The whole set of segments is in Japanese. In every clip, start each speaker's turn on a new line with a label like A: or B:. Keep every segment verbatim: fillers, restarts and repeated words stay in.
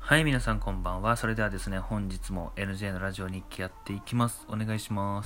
A: はい、皆さんこんばんは。それではですね、本日も エヌジェー のラジオ日記やっていきます。お願いします。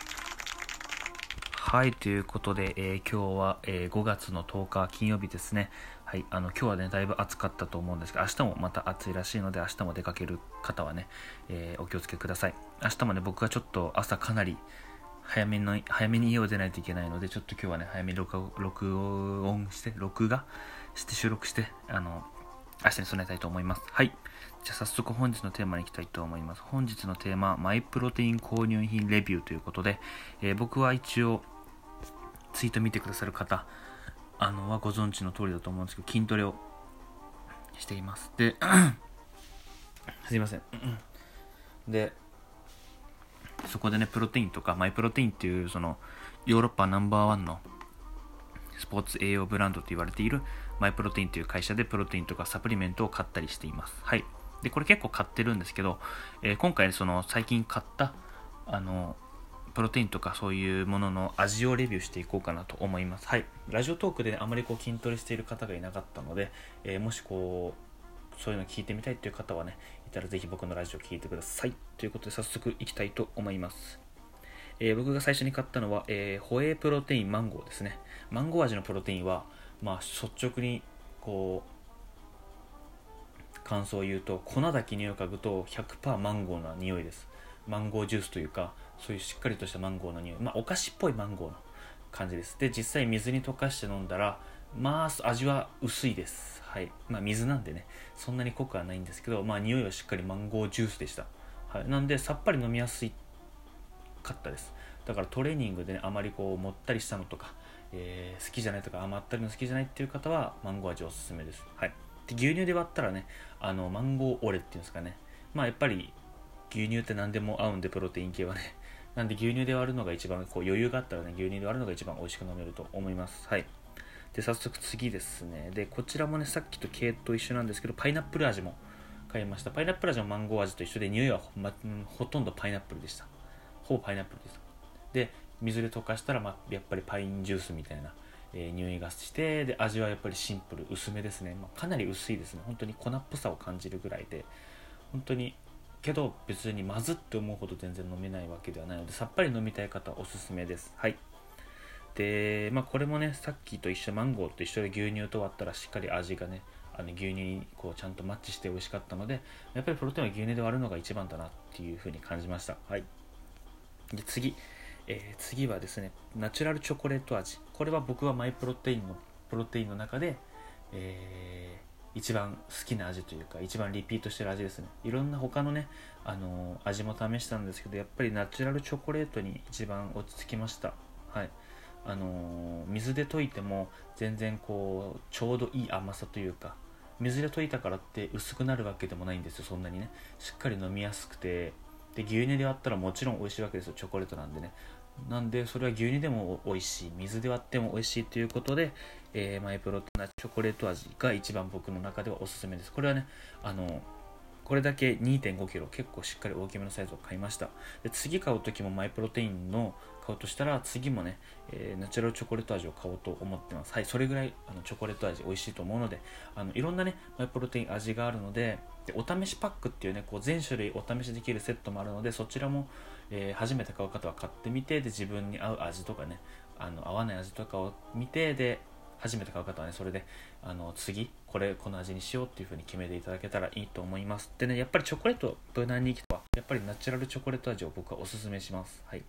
A: はい、ということで、えー今日は、えーごがつのとおか金曜日ですね。はい、あの今日はね、だいぶ暑かったと思うんですが、明日もまた暑いらしいので、明日も出かける方はね、えーお気をつけください。明日もね、僕はちょっと朝かなり早めの早めに家を出ないといけないので、ちょっと今日はね、早めに録録音して、録画して収録して、あの、明日に備えたいと思います。はい。じゃあ早速本日のテーマに行きたいと思います。本日のテーマ、マイプロテイン購入品レビューということで、えー僕は一応、ツイート見てくださる方、あの、はご存知の通りだと思うんですけど、筋トレをしています。で、すいません。で、そこでね、プロテインとか、マイプロテインっていう、その、ヨーロッパナンバーワンのスポーツ栄養ブランドと言われているマイプロテインという会社でプロテインとかサプリメントを買ったりしています。はい。で、これ結構買ってるんですけど、えー今回その最近買ったあのプロテインとかそういうものの味をレビューしていこうかなと思います。はい。ラジオトークで、ね、あまりこう筋トレしている方がいなかったので、えーもしこうそういうの聞いてみたいという方はね、いたらぜひ僕のラジオ聞いてください。ということで早速いきたいと思います。えー僕が最初に買ったのは、えーホエイプロテインマンゴーですね。マンゴー味のプロテインは、まあ、率直にこう感想を言うと、粉だけ匂いを嗅ぐと ひゃくパーセント マンゴーな匂いです。マンゴージュースというか、そういうしっかりとしたマンゴーの匂い、まあお菓子っぽいマンゴーの感じです。で、実際水に溶かして飲んだら、まあ味は薄いです。はい。まあ水なんでね、そんなに濃くはないんですけど、まあ匂いはしっかりマンゴージュースでした。はい。なんでさっぱり飲みやすいかったです。だからトレーニングでね、あまりこうもったりしたのとか、えー好きじゃないとか甘ったりの好きじゃないっていう方はマンゴー味おすすめです。はい。で、牛乳で割ったらね、あのマンゴーオレっていうんですかね、まあやっぱり牛乳って何でも合うんで、プロテイン系はね、なんで牛乳で割るのが一番こう余裕があったらね、牛乳で割るのが一番美味しく飲めると思います。はい。で、早速次ですね。で、こちらもね、さっきと系と一緒なんですけど、パイナップル味も買いました。パイナップル味もマンゴー味と一緒で、匂いはほ,、ま、ほとんどパイナップルでした。ほぼパイナップルです。で、水で溶かしたら、まあ、やっぱりパインジュースみたいな、えー匂いがして、で味はやっぱりシンプル薄めですね。まあ、かなり薄いですね。本当に粉っぽさを感じるぐらいで、本当にけど別にまずって思うほど全然飲めないわけではないので、さっぱり飲みたい方はおすすめです。はい。で、まあ、これもね、さっきと一緒、マンゴーと一緒で牛乳と割ったらしっかり味がね、あの牛乳にこうちゃんとマッチして美味しかったので、やっぱりプロテインは牛乳で割るのが一番だなっていう風に感じました。はい。で、次、えー次はですね、ナチュラルチョコレート味。これは僕はマイプロテインのプロテインの中で、えー一番好きな味というか、一番リピートしてる味ですね。いろんな他のね、あのー味も試したんですけど、やっぱりナチュラルチョコレートに一番落ち着きました。はい。あのー水で溶いても全然こうちょうどいい甘さというか、水で溶いたからって薄くなるわけでもないんですよ。そんなにね、しっかり飲みやすくて、で牛乳で割ったらもちろん美味しいわけですよ。チョコレートなんでね。なんでそれは牛乳でも美味しい、水で割っても美味しいということで、えーマイプロテインチョコレート味が一番僕の中ではおすすめです。これはね、あのこれだけ にてんごキロ、結構しっかり大きめのサイズを買いました。で、次買う時もマイプロテインの買うとしたら、次もね、えーナチュラルチョコレート味を買おうと思ってます。はい、それぐらいあのチョコレート味美味しいと思うので、あのいろんなねマイプロテイン味があるので、でお試しパックっていうね、こう全種類お試しできるセットもあるので、そちらも、えー初めて買う方は買ってみて、で自分に合う味とかね、あの合わない味とかを見て、で初めて買う方はね、それであの次これこの味にしようっていう風に決めていただけたらいいと思います。でね、やっぱりチョコレート無難にいくとはやっぱりナチュラルチョコレート味を僕はおすすめします。はい。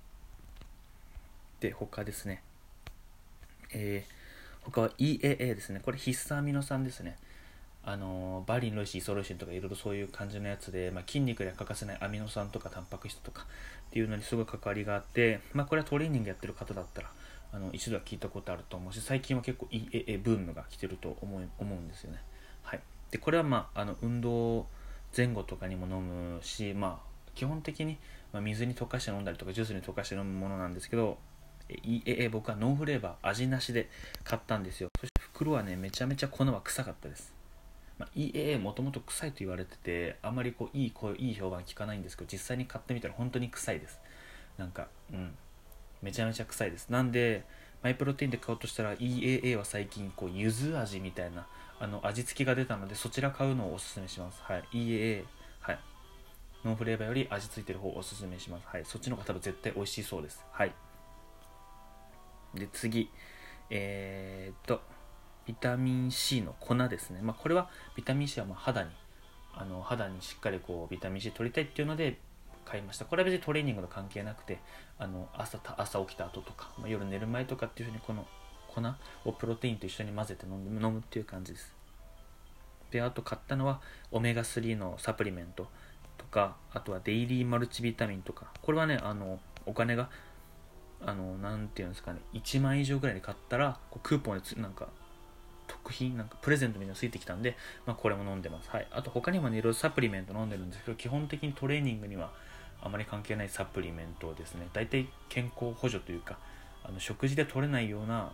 A: で、他ですね、えー、他は イーエーエー ですね。これ必須アミノ酸ですね。あのバリン、ロイシン、イソロイシンとかいろいろそういう感じのやつで、まあ、筋肉には欠かせないアミノ酸とかタンパク質とかっていうのにすごい関わりがあって、まあ、これはトレーニングやってる方だったらあの一度は聞いたことあると思うし、最近は結構 イーエーエー ブームが来てると思い思うんですよね。はい。で、これは、まあ、あの運動前後とかにも飲むし、まあ、基本的に、まあ、水に溶かして飲んだりとかジュースに溶かして飲むものなんですけど、 イーエーエー 僕はノンフレーバー味なしで買ったんですよ。そして袋はね、めちゃめちゃ粉は臭かったです。まあ、イーエーエー もともと臭いと言われてて、あまりこういい声いい評判聞かないんですけど、実際に買ってみたら本当に臭いです。なんか、うんめちゃめちゃ臭いです。なんでマイプロテインで買おうとしたら イーエーエー は最近こう柚子味みたいなあの味付きが出たのでそちら買うのをおすすめします。はい、イーエーエー、はい、ノンフレーバーより味付いてる方をおすすめします。はい、そっちの方が多分絶対美味しそうです。はい。で次、えー、っとビタミン C の粉ですね。まあこれはビタミン C はまあ肌にあの肌にしっかりこうビタミン C 取りたいっていうので買いました。これは別にトレーニングと関係なくて、あの 朝, 朝起きた後とか、まあ、夜寝る前とかっていう風にこの粉をプロテインと一緒に混ぜて飲んで飲むっていう感じです。であと買ったのはオメガスリーのサプリメントとか、あとはデイリーマルチビタミンとか、これはねあのお金があのなんていうんですかね、いちまん以上ぐらいで買ったらこうクーポンでつなんか特品なんかプレゼントみたいなのついてきたんで、まあ、これも飲んでます。はい。あと他にもねいろいろサプリメント飲んでるんですけど、基本的にトレーニングにはあまり関係ないサプリメントですね。大体健康補助というか、あの食事で取れないような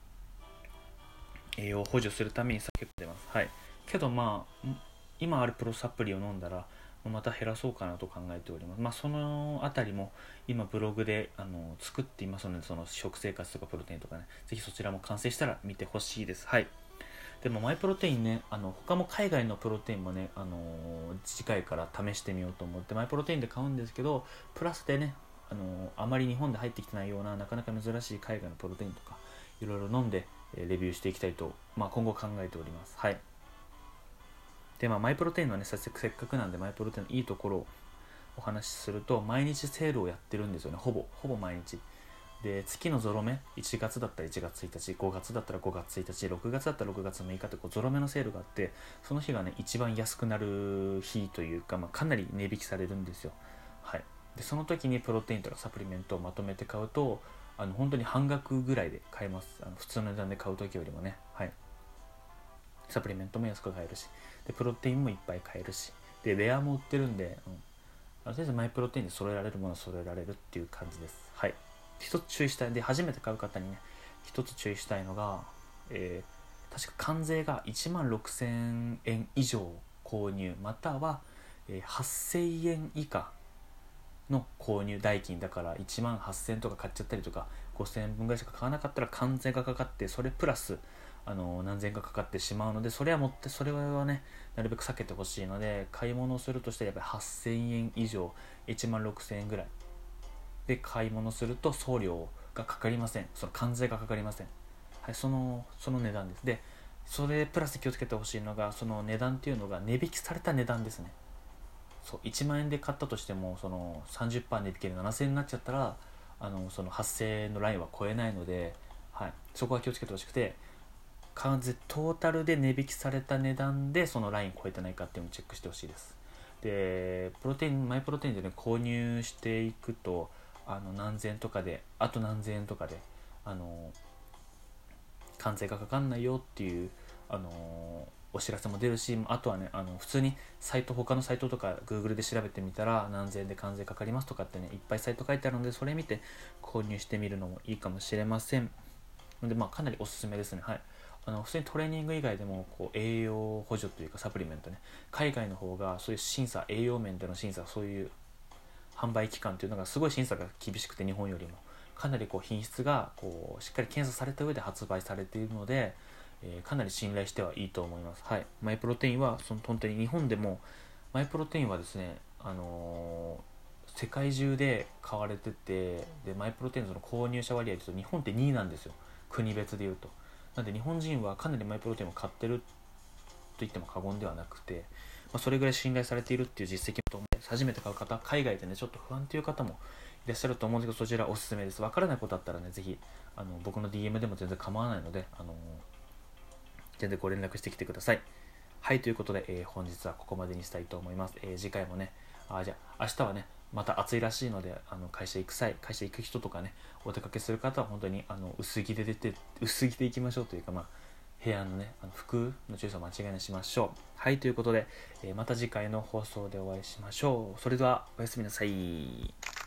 A: 栄養を補助するために結構出ます。はい。けどまあ今あるプロサプリを飲んだらまた減らそうかなと考えております。まあそのあたりも今ブログであの作っていますので、その食生活とかプロテインとかね、ぜひそちらも完成したら見てほしいです。はい。でもマイプロテインね、あの他も海外のプロテインもね、あのー、次回から試してみようと思ってマイプロテインで買うんですけど、プラスでね、あのー、あまり日本で入ってきてないようななかなか珍しい海外のプロテインとかいろいろ飲んで、えー、レビューしていきたいと、まあ、今後考えております。はい。でまあマイプロテインのね、せっかくなんでマイプロテインのいいところをお話しすると、毎日セールをやってるんですよね。ほぼほぼ毎日で、月のゾロ目、いちがつだったらいちがつついたち、ごがつだったらごがつついたち、ろくがつだったらろくがつむいかってこうゾロ目のセールがあって、その日がね一番安くなる日というか、まあ、かなり値引きされるんですよ。はい。でその時にプロテインとかサプリメントをまとめて買うと、あの本当に半額ぐらいで買えます。あの普通の値段で買う時よりもね。はい。サプリメントも安く買えるし、でプロテインもいっぱい買えるし、でレアも売ってるんで、うん、ある程度マイプロテインで揃えられるものは揃えられるっていう感じです。はい。一つ注意したいで、初めて買う方にね一つ注意したいのが、えー、確か関税がいちまんろくせんえん以上購入または、えー、はっせんえん以下の購入代金だから、いちまんはっせんとか買っちゃったりとかごせんえんぶんぐらいしか買わなかったら関税がかかって、それプラスあの何千円かかかってしまうので、それは持ってそれはねなるべく避けてほしいので、買い物をするとしてやっぱりはっせんえん以上いちまんろくせんえんぐらいで買い物すると送料がかかりません。その関税がかかりません。はい、そのその値段です。でそれプラス気をつけてほしいのが、その値段っていうのが値引きされた値段ですね。そういちまんえんで買ったとしても、その さんじゅっパーセント 値引きでななせんえんになっちゃったら、あのそのはっせんえんのラインは超えないので、はい、そこは気をつけてほしくて、関税トータルで値引きされた値段でそのライン超えてないかっていうのをチェックしてほしいです。でプロテインマイプロテインでね購入していくと、あの何千円とかであと何千円とかであの関税がかかんないよっていうあのお知らせも出るし、あとはねあの普通にサイト他のサイトとか Google で調べてみたら何千円で関税かかりますとかってねいっぱいサイト書いてあるので、それ見て購入してみるのもいいかもしれませんので、まあかなりおすすめですね。はい。あの普通にトレーニング以外でもこう栄養補助というかサプリメントね、海外の方がそういう審査、栄養面での審査、そういう販売期間というのがすごい審査が厳しくて、日本よりもかなりこう品質がこうしっかり検査された上で発売されているので、えー、かなり信頼してはいいと思います。はい。マイプロテインはその本当に日本でもマイプロテインはですね、あのー、世界中で買われてて、でマイプロテインのその購入者割合でいうと日本ってにいなんですよ、国別でいうと。なので日本人はかなりマイプロテインを買ってると言っても過言ではなくて、まあ、それぐらい信頼されているっていう実績もと思う。初めて買う方、海外でねちょっと不安という方もいらっしゃると思うんですけど、そちらおすすめです。わからないことあったらね、ぜひあの僕の ディーエム でも全然構わないので、あの全然ご連絡してきてください。はい、ということで、えー、本日はここまでにしたいと思います。えー、次回もね、あじゃあ明日はねまた暑いらしいので、あの会社行く際、会社行く人とかね、お出かけする方は本当にあの薄着で出て薄着で行きましょうというか、まあ部屋のねあの服の注意を間違いなしましょう。はい、ということで、えー、また次回の放送でお会いしましょう。それではおやすみなさい。